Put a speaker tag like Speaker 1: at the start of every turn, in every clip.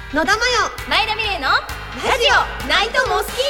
Speaker 1: 野田真
Speaker 2: 前田美玲のラジオナイトモスキー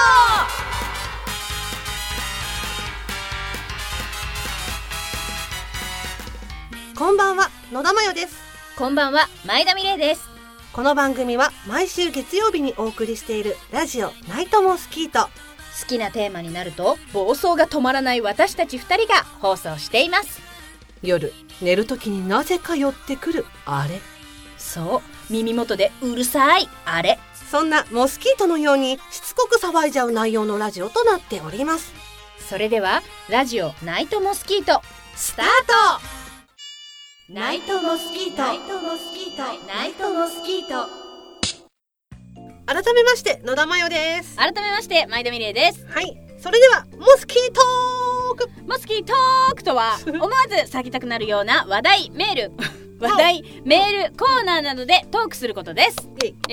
Speaker 1: 代。こんばんは、野田真代です。
Speaker 2: ト。こんばんは、前田美玲です。
Speaker 1: この番組は毎週月曜日にお送りしているラジオナイトモスキート。
Speaker 2: 好きなテーマになると暴走が止まらない私たち2人が放送しています。
Speaker 1: 夜寝るときになぜか寄ってくるあれ、
Speaker 2: そう、耳元でうるさいあれ、
Speaker 1: そんなモスキートのようにしつこく騒いじゃう内容のラジオとなっております。
Speaker 2: それではラジオナイトモスキートスタート。ナイトモスキート、ナイトモスキート、ナイトモスキート。
Speaker 1: 改めまして野田真代です。
Speaker 2: 改めまして前田美玲です。
Speaker 1: はい、それではモスキートーク。
Speaker 2: モスキートークとは思わず叫びたくなるような話題メール話題メールコーナーなどでトークすることです。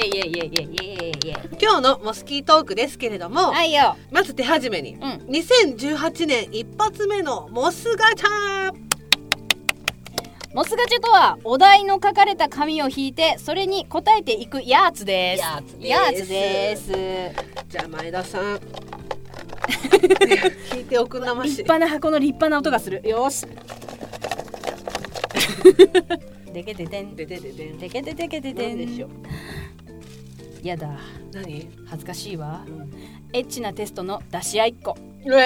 Speaker 1: 今日のモスキートークですけれども、
Speaker 2: はいよ。
Speaker 1: まず手始めに、2018年一発目のモスガチャ。
Speaker 2: モスガチャとはお題の書かれた紙を引いてそれに答えていくやつです。やつです。
Speaker 1: じゃあ前田さん引いておくなまし。
Speaker 2: 立派な箱の立派な音がする。よしでけててん
Speaker 1: ででででん
Speaker 2: でけててけててん。
Speaker 1: なんでしょう。
Speaker 2: やだ、
Speaker 1: 何？
Speaker 2: 恥ずかしいわ、エッチなテストの出し合いっ子。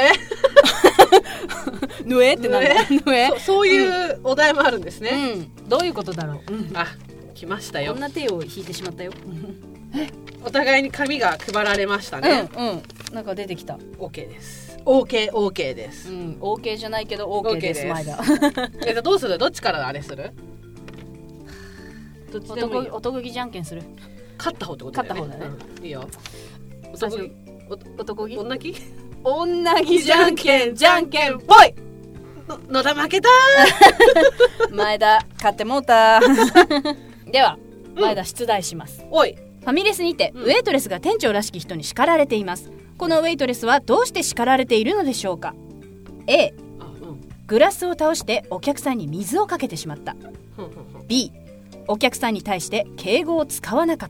Speaker 2: ぬえってなんだ。ぬえ。
Speaker 1: そういうお題もあるんですね。
Speaker 2: どういうことだろう。
Speaker 1: あ、来ましたよ。
Speaker 2: こんな手を引いてしまったよ。
Speaker 1: お互いに紙が配られましたね。
Speaker 2: なんか出てきた。
Speaker 1: OK です。 OK です。
Speaker 2: OK じゃないけど OK です。前田
Speaker 1: どうする？どっちからあれする？どっちでもいいよ。
Speaker 2: 男気じゃんけんする。
Speaker 1: 勝った方ってことだよね。
Speaker 2: 勝った方だね。
Speaker 1: いいよ。
Speaker 2: 男気
Speaker 1: 女気？
Speaker 2: 女気じゃんけん、じゃんけん
Speaker 1: ぽい。野田負けた
Speaker 2: 前田勝ってもうたでは前田出題します。
Speaker 1: おい。
Speaker 2: ファミレスにてウェイトレスが店長らしき人に叱られています。このウェイトレスはどうして叱られているのでしょうか。 A、グラスを倒してお客さんに水をかけてしまった。 B、お客さんに対して敬語を使わなかった。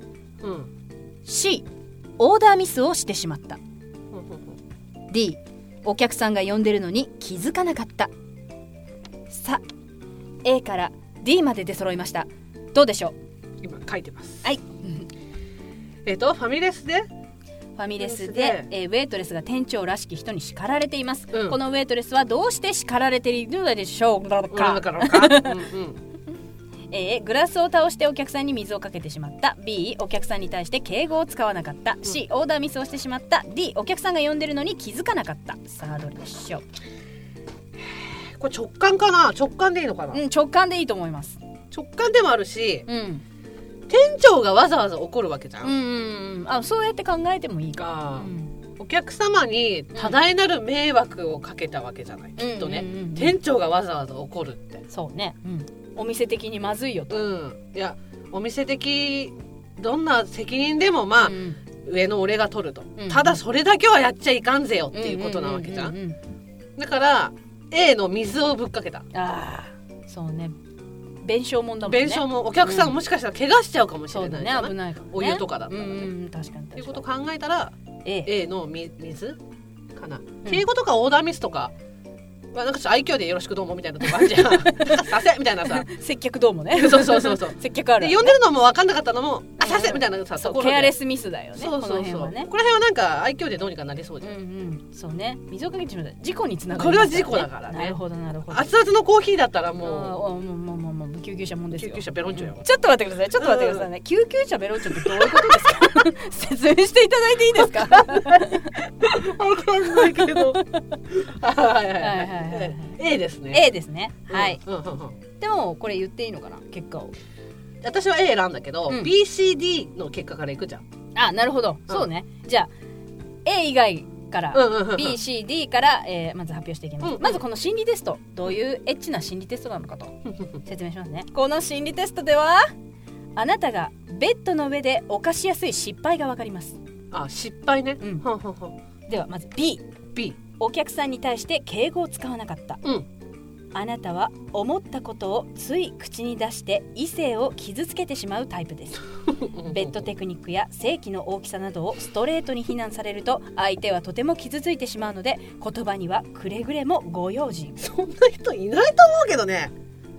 Speaker 2: C、オーダーミスをしてしまった。 D、お客さんが呼んでるのに気づかなかった。さあ A から D まで出揃いました。どうでしょう。
Speaker 1: 今書いてます。
Speaker 2: はい。
Speaker 1: ファミレスで
Speaker 2: ウェイトレスが店長らしき人に叱られています。
Speaker 1: こ
Speaker 2: のウェイトレスはどうして叱られているのでしょうか。A、グラスを倒してお客さんに水をかけてしまった。 B、お客さんに対して敬語を使わなかった。 C、オーダーミスをしてしまった。 D、お客さんが呼んでるのに気づかなかった。さあどれでしょう。
Speaker 1: これ直感かな？直感でいいのかな？
Speaker 2: 直感でいいと思います。
Speaker 1: 直感でもあるし、店長がわざわざ怒るわけじゃん。
Speaker 2: そうやって考えてもいいか。
Speaker 1: お客様に多大なる迷惑をかけたわけじゃない、きっとね。店長がわざわざ怒るって。
Speaker 2: そうね、お店的にまずいよと。
Speaker 1: いや、お店的どんな責任でも上の俺が取ると、ただそれだけはやっちゃいかんぜよっていうことなわけじゃん。だから A の水をぶっかけた。
Speaker 2: そうね、弁償もんだもんね。
Speaker 1: 弁償もお客さんもしかしたら怪我しちゃうかもしれない。
Speaker 2: そうだね、危ないかもね。
Speaker 1: お湯とかだったらね。
Speaker 2: 確かに。
Speaker 1: っていうことを考えたら A の水かな。敬語とかオーダーミスとかなんかちょっと愛嬌でよろしくどうもみたいなとこあるじゃんさせみたいなさ、
Speaker 2: 接客どうもね。
Speaker 1: そう
Speaker 2: 接客ある。
Speaker 1: で呼んでるのも分かんなかったのもさせみたいなさ、
Speaker 2: そうケアレスミスだよね。
Speaker 1: この辺はね。この辺はなんか愛嬌でどうにかなりそうじゃん。
Speaker 2: そうね、水をかけてしまった事故につながる。
Speaker 1: これは事故だからね。
Speaker 2: なるほど。
Speaker 1: 熱々のコーヒーだったらも
Speaker 2: う救急車もんですよ。
Speaker 1: 救急車ベロンチョよ。
Speaker 2: ちょっと待ってくださいね。救急車ベロンチョってどういうことですか説明していただいていいですか。
Speaker 1: 分かんないけどA ですね。
Speaker 2: A ですね。はい。でもこれ言っていいのかな、結果を。
Speaker 1: 私は A 選んだけど、BCD の結果からいくじゃん。
Speaker 2: なるほど。そうね。じゃあ A 以外から BCD からまず発表していきます。まずこの心理テスト、どういうエッチな心理テストなのかと説明しますね。この心理テストではあなたがベッドの上で犯しやすい失敗がわかります。
Speaker 1: 失敗ね。
Speaker 2: ではまず B、お客さんに対して敬語を使わなかった。 あなたは思ったことをつい口に出して異性を傷つけてしまうタイプですベッドテクニックや性器の大きさなどをストレートに非難されると相手はとても傷ついてしまうので、言葉にはくれぐれもご用心。
Speaker 1: そんな人いないと思うけどね。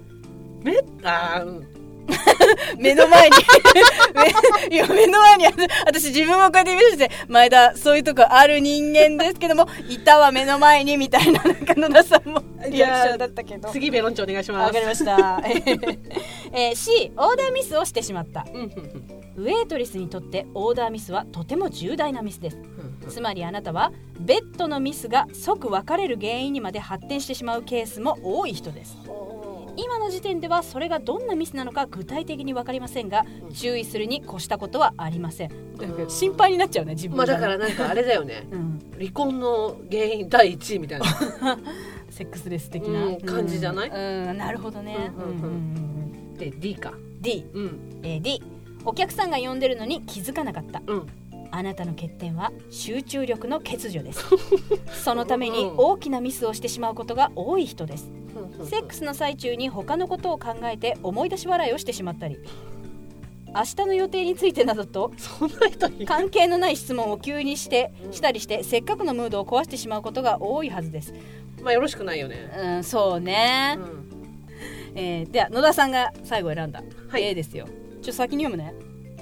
Speaker 2: 目の前にいや目の前に私自分をこうやって見せて、前田そういうとこある人間ですけどもいたわ目の前にみたいな、なんか野田さんもリアクションだったけど、
Speaker 1: 次ベロンチお願いします。
Speaker 2: わかりましたC オーダーミスをしてしまった、ウェイトレスにとってオーダーミスはとても重大なミスです。つまりあなたはベッドのミスが即別れる原因にまで発展してしまうケースも多い人です。今の時点ではそれがどんなミスなのか具体的に分かりませんが、注意するに越したことはありません。心配になっちゃうね自分がね。
Speaker 1: だからなんかあれだよね、離婚の原因第1位みたいな
Speaker 2: セックスレス的な、
Speaker 1: 感じじゃない？
Speaker 2: なるほどね。
Speaker 1: で D か
Speaker 2: D、D お客さんが呼んでるのに気づかなかった、あなたの欠点は集中力の欠如ですそのために大きなミスをしてしまうことが多い人です。セックスの最中に他のことを考えて思い出し笑いをしてしまったり、明日の予定についてなどと
Speaker 1: そんな人
Speaker 2: 関係のない質問を急にしたりしてせっかくのムードを壊してしまうことが多いはずです。
Speaker 1: まあよろしくないよね。
Speaker 2: そうね。では野田さんが最後選んだ、A ですよ。先に読むね。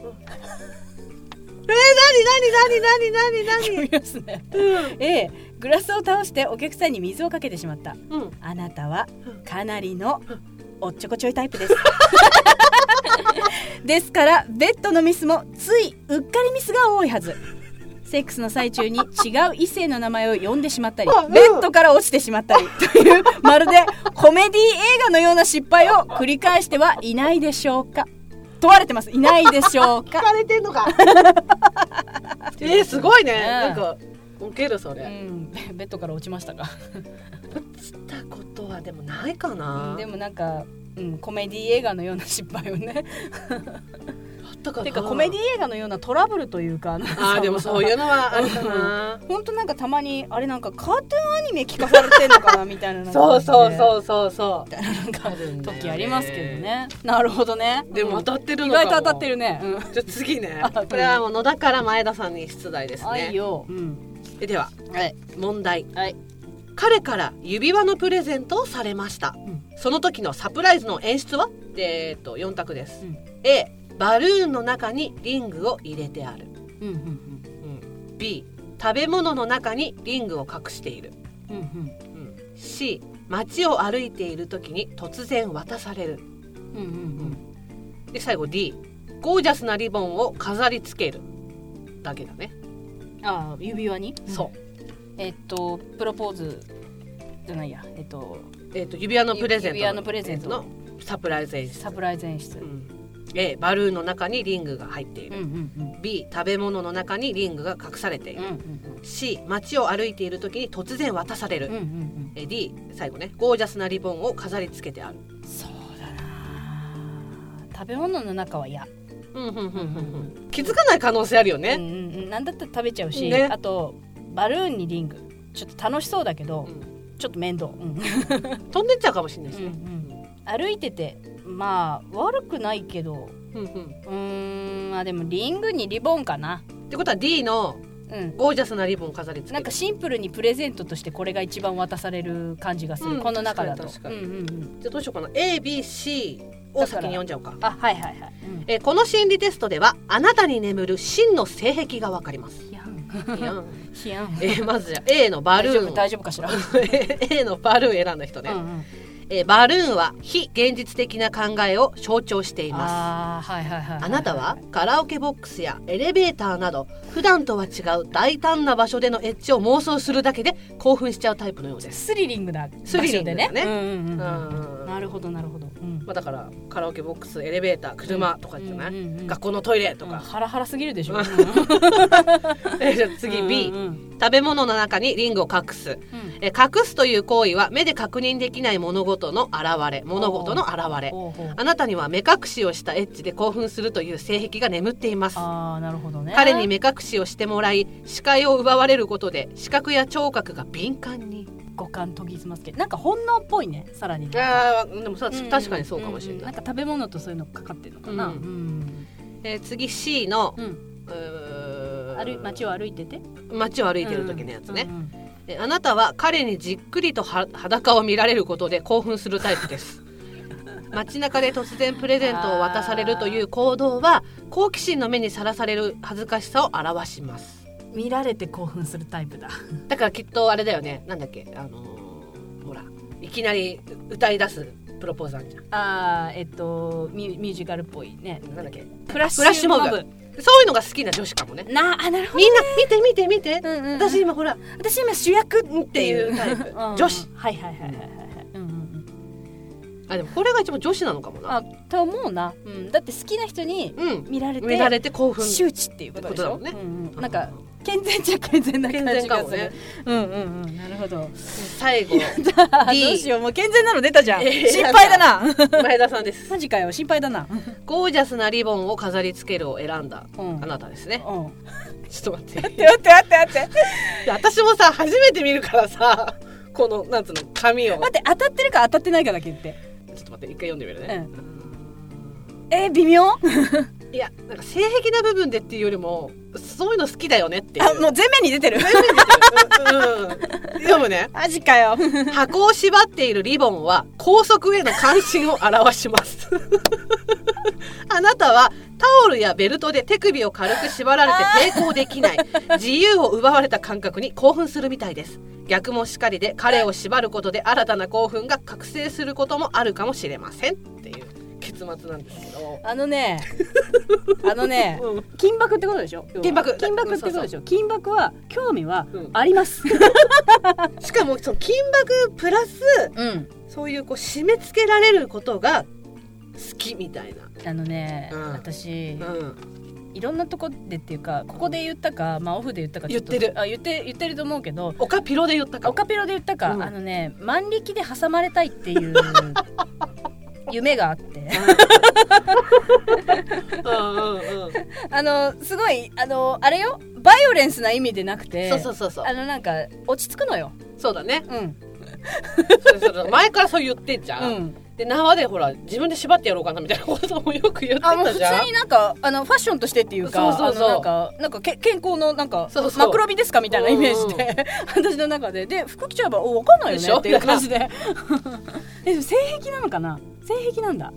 Speaker 2: 何読みますね。A、グラスを倒してお客さんに水をかけてしまった、あなたはかなりのおっちょこちょいタイプですですからベッドのミスもついうっかりミスが多いはず。セックスの最中に違う異性の名前を呼んでしまったり、ベッドから落ちてしまったりというまるでコメディ映画のような失敗を繰り返してはいないでしょうか。問われてます。いないでしょうか。
Speaker 1: 聞かれてんのかすごいね、なんかウケるそれ、
Speaker 2: ベッドから落ちましたか
Speaker 1: 落ちたことはでもないかな、
Speaker 2: でもなんか、コメディ映画のような失敗をねてかコメディ映画のようなトラブルというか、
Speaker 1: でもそういうのはあるかな
Speaker 2: 本当なんかたまにあれなんかカートゥーンアニメ聞かされてんのかなみたいな
Speaker 1: そうみたいな
Speaker 2: なんか時ありますけどね。なるほどね。
Speaker 1: でも当たってるのかも。
Speaker 2: 意外と当たってるね。
Speaker 1: じゃあ次ねこれはもう野田から前田さんに出題ですね。
Speaker 2: いいよ。
Speaker 1: では、問題、彼から指輪のプレゼントをされました、その時のサプライズの演出は4択です、A、バルーンの中にリングを入れてある、B、食べ物の中にリングを隠している、C、街を歩いている時に突然渡される、で最後 D、ゴージャスなリボンを飾り付けるだけだね。
Speaker 2: 指輪に、
Speaker 1: そう
Speaker 2: プロポーズじゃないや、
Speaker 1: 指輪のプレゼントのサプライズ演出、A、バルーンの中にリングが入っている、B、食べ物の中にリングが隠されている、C、街を歩いている時に突然渡される、D、最後ね、ゴージャスなリボンを飾り付けてある。
Speaker 2: そうだな、食べ物の中は嫌。
Speaker 1: 気づかない可能性あるよね。
Speaker 2: なんだったら食べちゃうし、あとバルーンにリングちょっと楽しそうだけど、ちょっと面倒、
Speaker 1: 飛んでっちゃうかもしれないしね、
Speaker 2: 歩いててまあ悪くないけど、でもリングにリボンかな
Speaker 1: ってことは D のゴージャスなリボン飾り付ける、
Speaker 2: なんかシンプルにプレゼントとしてこれが一番渡される感じがする、この中だと。
Speaker 1: 確かにじゃあどうしようかな、 A、B、C を先に読んじゃおうか。この心理テストではあなたに眠る真の性癖がわかります。まずじゃあ A のバルーン、
Speaker 2: 大丈夫かしら
Speaker 1: A のバルーン選んだ人ね、バルーンは非現実的な考えを象徴しています。あなたはカラオケボックスやエレベーターなど普段とは違う大胆な場所でのエッチを妄想するだけで興奮しちゃうタイプのようです。
Speaker 2: スリリングな場所でね。なるほどなるほど、
Speaker 1: だからカラオケボックス、エレベーター、車とかじゃない、学校のトイレとか、
Speaker 2: ハラハラすぎるでしょ。じ
Speaker 1: ゃあ次 B、食べ物の中にリングを隠す、隠すという行為は目で確認できない物事の現れ。あなたには目隠しをしたエッチで興奮するという性癖が眠っています。
Speaker 2: なるほどね。
Speaker 1: 彼に目隠しをしてもらい視界を奪われることで視覚や聴覚が敏感に
Speaker 2: 五感研ぎ澄ますけど、なんか本能っぽいね、さらにね。
Speaker 1: でもさ、確かにそうかもしれない、
Speaker 2: なんか食べ物とそういうのかかってるのかな。
Speaker 1: 次 C の、
Speaker 2: 街を歩いてて、
Speaker 1: 街を歩いてる時のやつね、あなたは彼にじっくりと裸を見られることで興奮するタイプです街中で突然プレゼントを渡されるという行動は好奇心の目にさらされる恥ずかしさを表します。
Speaker 2: 見られて興奮するタイプだ。
Speaker 1: だからきっとあれだよね、なんだっけ、ほらいきなり歌い出すプロポーズあるじゃん。
Speaker 2: ミュージカルっぽいね。
Speaker 1: なんだっけ、
Speaker 2: フラッシュモブ。
Speaker 1: そういうのが好きな女子かもね。
Speaker 2: なるほどね。
Speaker 1: みんな見て、私今主役っていうタイプ、女子。
Speaker 2: はい。
Speaker 1: でもこれが一番女子なのかもな。
Speaker 2: と思うな。だって好きな人に見られて興奮、周知っていうことでしょ。なんか健全じゃ健全な感じがする。なるほど。
Speaker 1: 最後
Speaker 2: D。 どうしよう、もう健全なの出たじゃん。心配だな。
Speaker 1: 前田さんです。
Speaker 2: マジかよ、心配だな。
Speaker 1: ゴージャスなリボンを飾り付けるを選んだあなたですね。ちょっと待って。私もさ初めて見るからさ、このなんつうの紙を。
Speaker 2: 待って、当たってるか当たってないかだけ言って。
Speaker 1: ちょっと待って、一回読んでみるね。
Speaker 2: 微妙。
Speaker 1: いや、なんか性癖な部分でっていうよりもそういうの好きだよねっていう。
Speaker 2: もう全面に出てる。
Speaker 1: 読むね。
Speaker 2: マジかよ。
Speaker 1: 箱を縛っているリボンは高速への関心を表しますあなたはタオルやベルトで手首を軽く縛られて抵抗できない自由を奪われた感覚に興奮するみたいです。逆もしかりで、彼を縛ることで新たな興奮が覚醒することもあるかもしれませんっていう結末なんですけど、
Speaker 2: 金箔ってことでしょ。
Speaker 1: 金箔
Speaker 2: ってことでしょ。金箔は興味はあります、
Speaker 1: しかもその金箔プラス、そういう締め付けられることが好きみたいな。
Speaker 2: 私、いろんなとこでっていうか、ここで言ったか、オフで言ったかちょっと言ってると思うけど、
Speaker 1: オカピロで言ったか、
Speaker 2: 万力で挟まれたいっていう夢があってすごいあれよ、バイオレンスな意味でなくて、なんか落ち着くのよ。
Speaker 1: そうだね。前からそう言ってんじゃん。で縄でほら自分で縛ってやろうかなみたいなこともよく言ってたじゃん。
Speaker 2: 普通になんかファッションとしてっていうか、なんか健康のなんかマクロビですかみたいなイメージで私の中で服着ちゃえば分かんないよねっていう感じで性癖なのかな。性癖なんだ。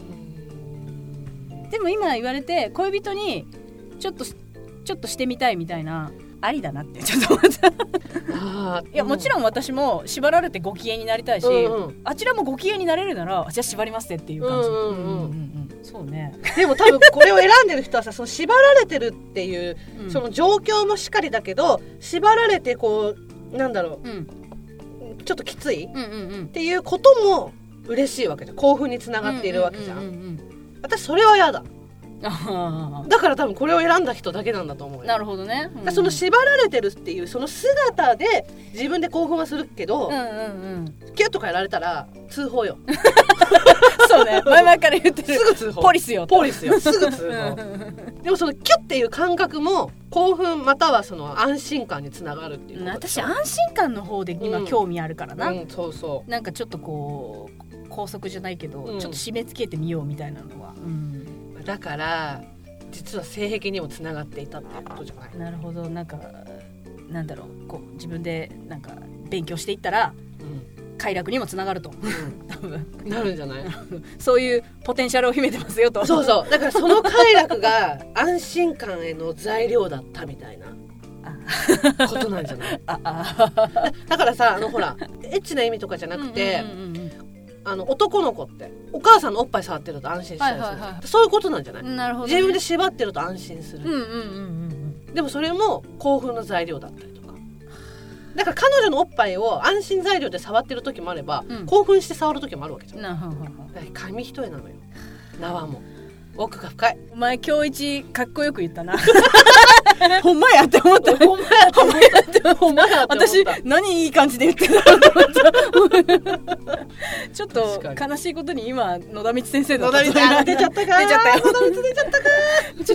Speaker 2: でも今言われて恋人にちょっとしてみたいみたいな、ありだなってちょっと思ったいや、もちろん私も縛られてご機嫌になりたいし、あちらもご機嫌になれるならじゃあ縛りますっていう感じ。そうね。
Speaker 1: でも多分これを選んでる人はさ、その縛られてるっていう、その状況もしっかりだけど、縛られてなんだろう、ちょっときついっていうことも嬉しいわけじゃん。興奮につながっているわけじゃん。私それは嫌だ。だから多分これを選んだ人だけなんだと思うよ。
Speaker 2: なるほどね。
Speaker 1: その縛られてるっていうその姿で自分で興奮はするけど、キュッとかやられたら通報よ
Speaker 2: そうね、前々から言ってる。
Speaker 1: すぐ通報。
Speaker 2: ポリスよ
Speaker 1: すぐ通報でもそのキュッっていう感覚も興奮またはその安心感につながるっていう。
Speaker 2: 私安心感の方で今興味あるからな。
Speaker 1: そう
Speaker 2: なんかちょっと拘束じゃないけど、ちょっと締め付けてみようみたいなのは、
Speaker 1: だから実は性癖にもつながっていたっていうことじゃない。
Speaker 2: なるほど。なんかなんだろう、自分でなんか勉強していったら、快楽にもつながると、多分
Speaker 1: なるんじゃない。
Speaker 2: そういうポテンシャルを秘めてますよと。
Speaker 1: そうだからその快楽が安心感への材料だったみたいなことなんじゃないだからさ、ほらエッチな意味とかじゃなくて、男の子ってお母さんのおっぱい触ってると安心したりする、そういうことなんじゃない。
Speaker 2: なるほどね。
Speaker 1: 自分で縛ってると安心する、でもそれも興奮の材料だったりとか。だから彼女のおっぱいを安心材料で触ってる時もあれば、興奮して触る時もあるわけじゃん。紙一重なのよ、縄も。奥が深い。
Speaker 2: お前今日一かっこよく言ったなほんまやって思った。
Speaker 1: ほんまやって
Speaker 2: 私何いい感じで言ってたと思ったちょっと悲しいことに今野田道先生だった。
Speaker 1: 出ちゃったか。
Speaker 2: 出ちゃったよ。
Speaker 1: 野田道出ちゃったか。
Speaker 2: ちょっと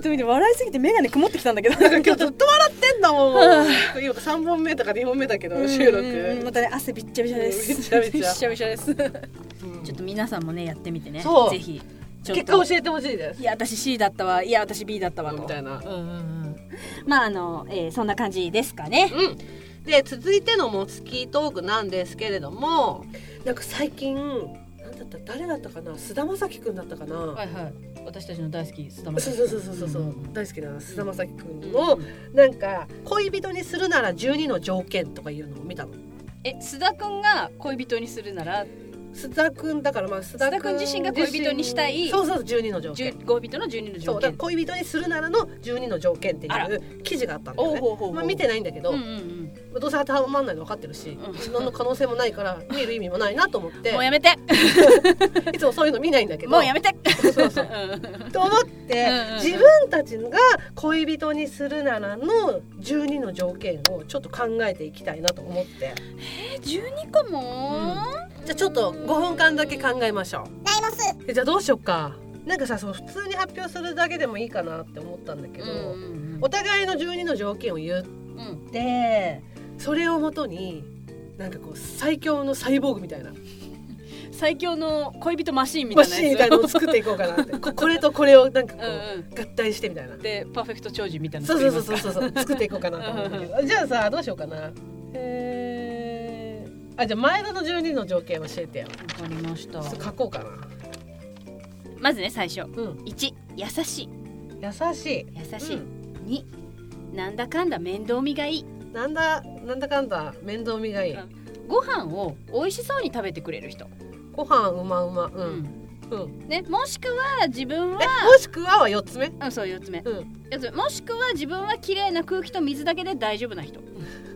Speaker 2: と見て笑いすぎて眼鏡曇ってきたんだけど
Speaker 1: なんか今日ずっと笑ってんだもん今3本目とか2本目だけど収録
Speaker 2: またね汗びっちゃびちゃです
Speaker 1: びっちゃびちゃ
Speaker 2: びっちゃびちゃです、ちょっと皆さんもねやってみてね、
Speaker 1: そう
Speaker 2: ぜひ
Speaker 1: 結果教えてほしいです。
Speaker 2: いや私 C だったわ、いや私 B だったわと
Speaker 1: みたいな、
Speaker 2: まあそんな感じですかね、
Speaker 1: で続いてのモツキートークなんですけれども、なんか最近誰だったかな、菅田将暉くんだったかな、
Speaker 2: はいはい、私たちの大好き菅田将
Speaker 1: 暉、そう大好きな菅田将暉くんの、なんか恋人にするなら12の条件とかいうのを見たの。
Speaker 2: 須田くんが恋人にするなら、
Speaker 1: 須田くんだから、まあ須田くん
Speaker 2: 自身が恋人にしたい、
Speaker 1: そう12の条件、
Speaker 2: 恋人の12の条件、
Speaker 1: そうだ、恋人にするならの12の条件っていう記事があったんだよね。まあ見てないんだけど、どうせ当てはまんないの分かってるし、何の可能性もないから見る意味もないなと思って
Speaker 2: もうやめて
Speaker 1: いつもそういうの見ないんだけど、
Speaker 2: もうやめて
Speaker 1: そうと思って、自分たちが恋人にするならの12の条件をちょっと考えていきたいなと思って、
Speaker 2: 12個も、
Speaker 1: じゃあちょっと5分間だけ考えましょう。じゃあどうしようか。なんかさ、普通に発表するだけでもいいかなって思ったんだけど、お互いの12の条件を言って、それをもとになんかこう最強のサイボーグみたいな
Speaker 2: 最強の恋人マシーンみたいなやつ
Speaker 1: みたいなのを作っていこうかなってこれとこれをなんかこう合体してみたいな
Speaker 2: でパーフェクト超人みたいな
Speaker 1: そう作っていこうかなと思うんだけどじゃあさ、どうしようかな。じゃあ前田の12の条件教えてよ。
Speaker 2: わかりました。
Speaker 1: ちょっと書こうかな。
Speaker 2: まずね、最初、1、優しい。2、なんだかんだ面倒見がいい。
Speaker 1: なんだかんだ面倒見がいい。
Speaker 2: ご飯を美味しそうに食べてくれる人。
Speaker 1: ご飯うま
Speaker 2: ね、もしくは自分は
Speaker 1: もしくは4つ目。
Speaker 2: そう4つ目、もしくは自分は綺麗な空気と水だけで大丈夫な人。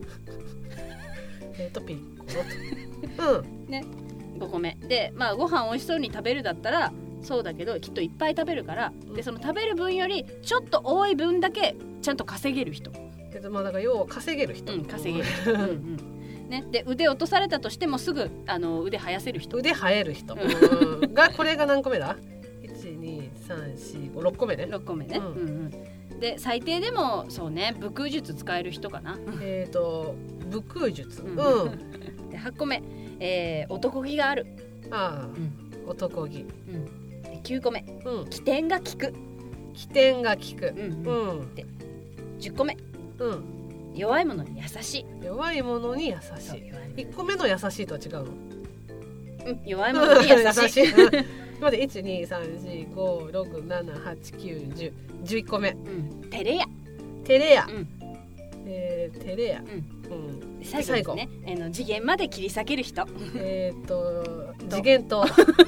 Speaker 1: ピッコロ
Speaker 2: ね、5個目で、まあご飯美味しそうに食べるだったらそうだけどきっといっぱい食べるから、でその食べる分よりちょっと多い分だけちゃんと稼げる人。
Speaker 1: まあだから要は稼げる人。
Speaker 2: 稼げる人。ね、で腕落とされたとしてもすぐ腕生やせる人。
Speaker 1: 腕生える人。がこれが何個目だ？1、2、3、4、5、6個目ね。
Speaker 2: 6個目ね。で最低でもそうね、武空術使える人かな。
Speaker 1: 武空術。
Speaker 2: で8個目、男気がある。
Speaker 1: 男気。
Speaker 2: で9個目、起点が効く。で10個目、弱い者に優しい。1個目の優しいとは違うの？弱い者に優しい。まで 1,2,3,4,5,6,7,8,9,10 11個目、 照れ屋。最後ですね、次元まで切り裂ける人。
Speaker 1: 次元と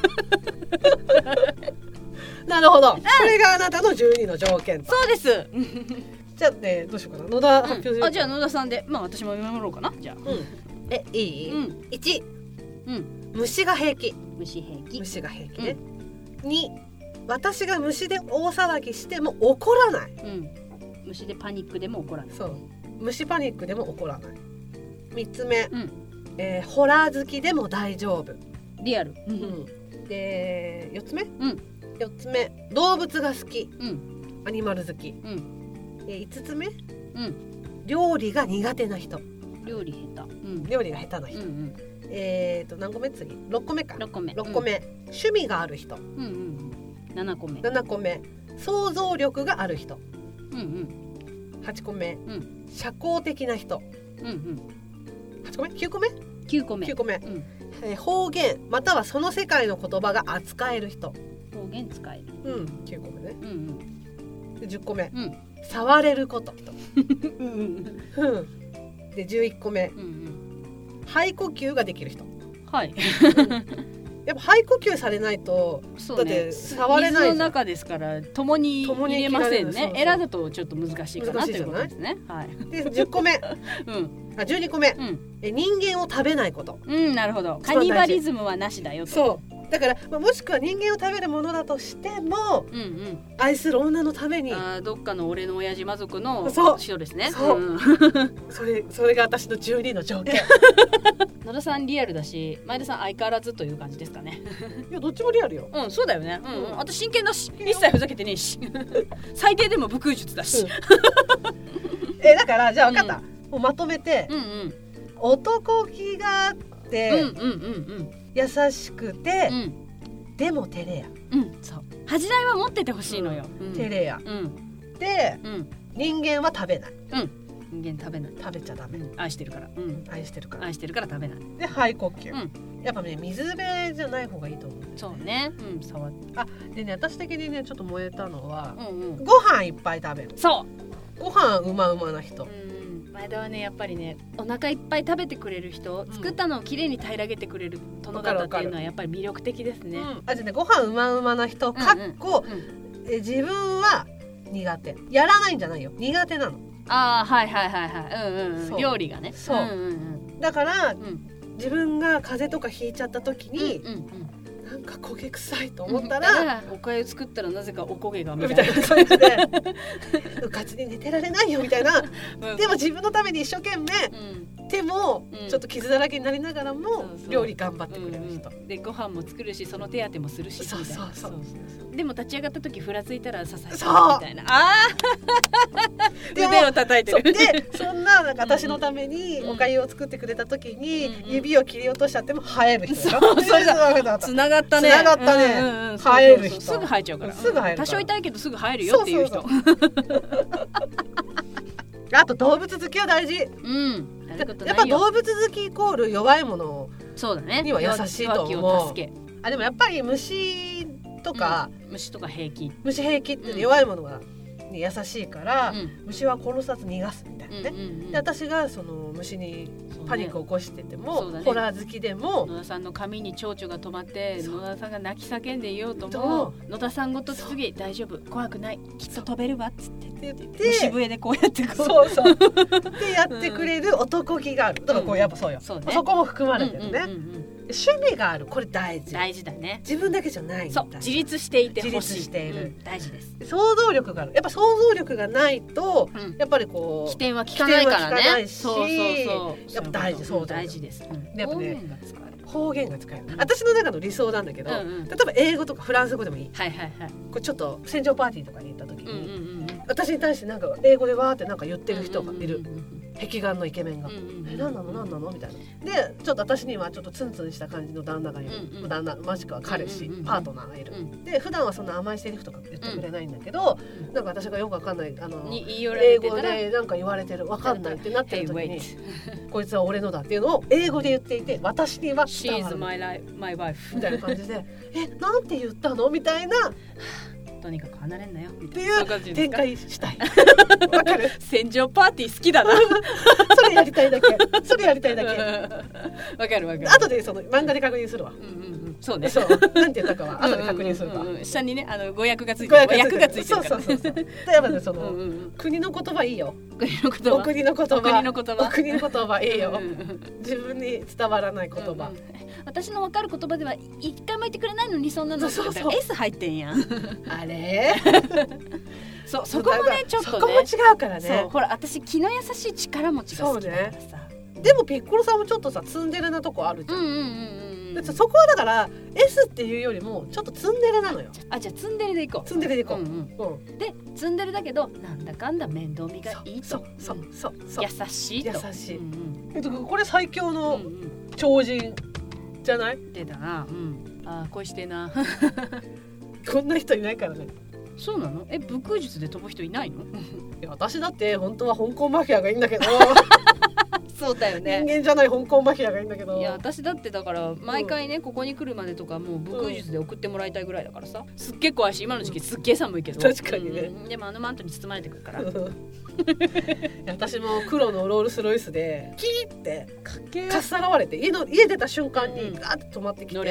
Speaker 1: なるほど、これがあなたの12の条件。
Speaker 2: そうです。
Speaker 1: じゃあね、どうしようかな。野田発表する。
Speaker 2: じゃあ野田さんで、まあ私も読みろうかな。じゃあ
Speaker 1: いい？1、虫が平気。虫が平気ね。2、私が虫で大騒ぎしても怒らない。
Speaker 2: 虫でパニックでも怒らない。
Speaker 1: そう、虫パニックでも怒らない。3つ目、ホラー好きでも大丈夫。
Speaker 2: リアル。
Speaker 1: で4つ目、動物が好き。アニマル好き。5つ目、料理が苦手な人。料理が下手な人。何個目？次6個目か。6個目、趣味がある人。7個目、想像力がある人。8個目、社交的な人。8個目9個目、方言またはその世界の言葉が扱える人。
Speaker 2: 方言使える。
Speaker 1: 9個目ね。10個目、触れること人。で11個目、肺呼吸ができる人。やっぱ肺呼吸されないと、だって触れないじゃん。
Speaker 2: 水の中ですから共に入れませんね。エラだとちょっと難しいかなということですね。
Speaker 1: で10個目、12個目、人間を食べないこと。
Speaker 2: なるほど。カニバリズムはなしだよと。
Speaker 1: そう。 だから、もしくは人間を食べるものだとしても、愛する女のために
Speaker 2: どっかの俺の親父魔族の塩ですね。
Speaker 1: そう、それが私の12の条件。
Speaker 2: 野田さんリアルだし、前田さん相変わらずという感じですかね。
Speaker 1: いやどっちもリアルよ。
Speaker 2: そうだよね。私真剣だし、一切ふざけてねえし、最低でも武空術だし。
Speaker 1: だからじゃあ分かった、もうまとめて、男気があって、優しくて、でも照れや。
Speaker 2: そう。恥じらいは持っててほしいのよ。
Speaker 1: 照れや。で、人間は食べない。
Speaker 2: 人間食べない。
Speaker 1: 食べちゃダメ。
Speaker 2: 愛してるから。
Speaker 1: 愛してるから
Speaker 2: 食べない。
Speaker 1: で肺呼吸。やっぱね水辺じゃない方がいいと思う。
Speaker 2: そうね。触って。
Speaker 1: でね、私的にねちょっと燃えたのは、ご飯いっぱい食べる。
Speaker 2: そう。
Speaker 1: ご飯うまな人。
Speaker 2: 前田はねやっぱりねお腹いっぱい食べてくれる人、作ったのをきれいに平らげてくれる殿方っていうのはやっぱり魅力的ですね。
Speaker 1: じゃあね、ご飯うまな人かっこ自分は苦手、やらないんじゃないよ、苦手なの。
Speaker 2: はい料理がね。
Speaker 1: そう、だから、自分が風邪とかひいちゃった時に、なんか焦げ臭いと思ったら、
Speaker 2: おかゆ作ったらなぜかおこげが
Speaker 1: みたいな感じでうかつに寝てられないよみたいな、でも自分のために一生懸命、手もちょっと傷だらけになりながらも料理頑張ってくれる人
Speaker 2: で、ご飯も作るしその手当てもするしみたいな。でも立ち上がった時ふらついたら支えてるみたいな。腕を叩いてる。
Speaker 1: でそんな私のためにおかゆを作ってくれた時に指を切り落としちゃっても生える人。それがつながったね。生える人。
Speaker 2: すぐ生えちゃうから。多少痛いけどすぐ生えるよっていう人。
Speaker 1: あと動物好きは大事。やっぱ動物好きイコール弱いものには優しいと思う。でもやっぱり虫とか
Speaker 2: 平気。
Speaker 1: 虫平気って弱いものが優しいから、虫は殺さず逃がすみたいなね。で私がその虫にパニックを起こしてても、ホラー好きでも
Speaker 2: 野田さんの髪に蝶々が止まって野田さんが泣き叫んでいようとも野田さんごと次大丈夫怖くないきっと飛べるわっつって虫笛でこうやって
Speaker 1: そうでやってくれる男気がある。だからこうやっぱそうよ。そこも含まれてるね。趣味がある、これ大事
Speaker 2: だね。
Speaker 1: 自分だけじゃない。
Speaker 2: そう、自立していてほしい。
Speaker 1: 自立している、
Speaker 2: 大事です。
Speaker 1: 想像力がある。やっぱ想像力がないと、やっぱりこう
Speaker 2: 起点は効かないからね。
Speaker 1: そうやっぱ大事。そう
Speaker 2: 大事です。
Speaker 1: やっぱね方言が使える。私の中の理想なんだけど、例えば英語とかフランス語でもいい。これちょっと戦場パーティーとかに行った時に、私に対してなんか英語でわーってなんか言ってる人がいる。壁眼のイケメンが何なのみたいな。でちょっと私にはちょっとツンツンした感じの旦那がいる。旦那もしくは彼氏、パートナーがいる。で普段はそんな甘いセリフとか言ってくれないんだけど、なんか私がよくわかんない英語でなんか言われてる、わかんないってなってる時にこいつは俺のだっていうのを英語で言っていて、私には
Speaker 2: She is my wife
Speaker 1: みたいな感じでなんて言ったのみたいな。
Speaker 2: とにかく離れんなよ
Speaker 1: っていう展開したい。
Speaker 2: わかる。戦場パーティー好きだな。
Speaker 1: それやりたいだけ。わかる。後でその漫画で確認するわ。
Speaker 2: そうね。
Speaker 1: そうなんて言ったかは後で確認するわ。
Speaker 2: 下にね語訳がついてる。訳がついてるから。そう。
Speaker 1: やっぱねその国の言葉いいよ。お国の言葉いいよ。自分に伝わらない言葉。
Speaker 2: 私の分かる言葉では一回も言ってくれないのにそんなの S 入ってんやん。
Speaker 1: あれ
Speaker 2: そこもねちょっとね
Speaker 1: そこも違うからね。
Speaker 2: そうほら私気の優しい力持ちが好きだからさ。
Speaker 1: でもピッコロさんもちょっとさツンデレなとこあるじゃん。そこはだから S っていうよりもちょっとツンデレなのよ。
Speaker 2: じゃあツンデレでいこう。
Speaker 1: ツンデレでいこう。
Speaker 2: でツンデレだけどなんだかんだ面倒見がいいと。
Speaker 1: そう
Speaker 2: 優しいと。
Speaker 1: これ最強の超人じゃない？
Speaker 2: 出たな。恋してな。
Speaker 1: こんな人いないからね。
Speaker 2: そうなの？武空術で飛ぶ人いないの？い
Speaker 1: や私だって本当は香港マフィアがいいんだけど。
Speaker 2: そうだよね。
Speaker 1: 人間じゃない香港マフィアがいいんだけど。
Speaker 2: いや私だってだから毎回ねここに来るままでとかもう武空術で送ってもらいたいぐらいだからさ。すっげえ怖いし今の時期すっげえ寒いけど。
Speaker 1: 確かにね。
Speaker 2: でもマントに包まれてくるから。
Speaker 1: 私も黒のロールスロイスでキーってかっさらわれて家出た瞬間にガーッて止まってきて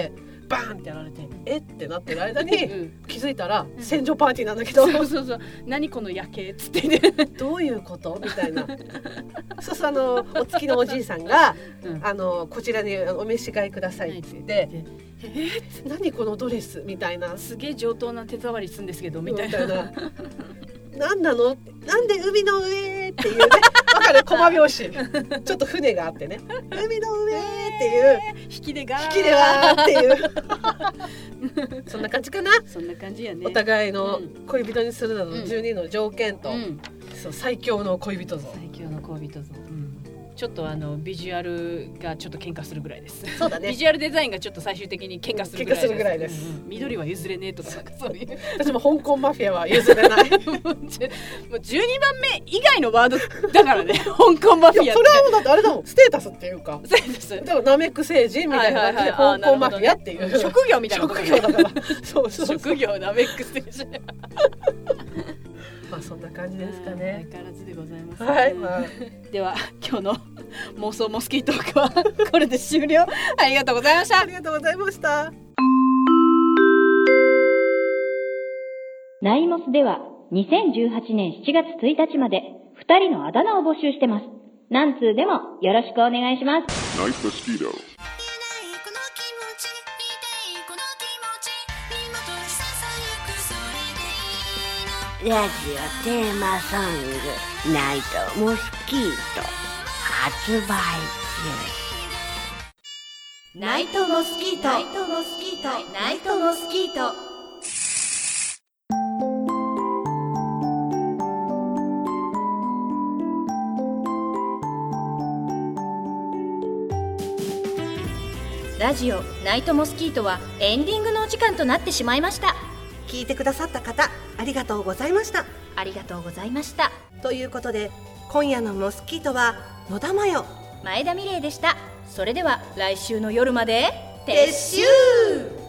Speaker 1: バーンってやられてってなってる間に気づいたら戦場パーティーなんだけど、
Speaker 2: そう何この夜景っつってね
Speaker 1: どういうことみたいなそうお付きのおじいさんが、こちらにお召し替えくださいって言って、何このドレスみたいな、
Speaker 2: すげえ上等な手触りするんですけどみたいな
Speaker 1: 何なの、なんで海の上っていうねわかる、コマ拍子ちょっと船があってね、海の上っていう
Speaker 2: 引きでわ
Speaker 1: ーっていうそんな感じかな。
Speaker 2: そんな感じやね。
Speaker 1: お互いの恋人にするなどの12の条件と、そう最強の恋人像、
Speaker 2: 最強の恋人像、ちょっとビジュアルがちょっと喧嘩するぐらいです。
Speaker 1: そうだね。
Speaker 2: ビジュアルデザインがちょっと最終的に喧嘩するぐらいです。緑は譲れねえとかなんかそういう。
Speaker 1: 私も香港マフィアは譲れない。もう12
Speaker 2: 番目以外のワードだからね。香港マフィアって。いや
Speaker 1: それはもうだってあれだもん、ステータスっていうか。
Speaker 2: ステータス。
Speaker 1: でもナメック星人みたいな感じで香港マフィアっていう
Speaker 2: 職業みたいなこと。
Speaker 1: 職業だから。そう
Speaker 2: 職業ナメック星人。
Speaker 1: まあそんな感じですかね。
Speaker 2: 相変わらずでございます。
Speaker 1: はい。
Speaker 2: では今日の妄想モスキートークはこれで終了。ありがとうございました。
Speaker 1: ありがとうございました。
Speaker 3: ナイモスでは2018年7月1日まで2人のあだ名を募集してます。何通でもよろしくお願いします。
Speaker 4: ナイスモスキート。
Speaker 5: ラジオテーマソングナイトモスキート発売中。
Speaker 3: ナイトモスキート、ナイトモスキート、ナイトモスキート。ラジオナイトモスキートはエンディングのお時間となってしまいました。
Speaker 6: 聞いてくださった方ありがとうございました。
Speaker 3: ありがとうございました。
Speaker 6: ということで今夜のモスキートは野田真代、
Speaker 3: 前田美玲でした。それでは来週の夜まで
Speaker 6: 撤収。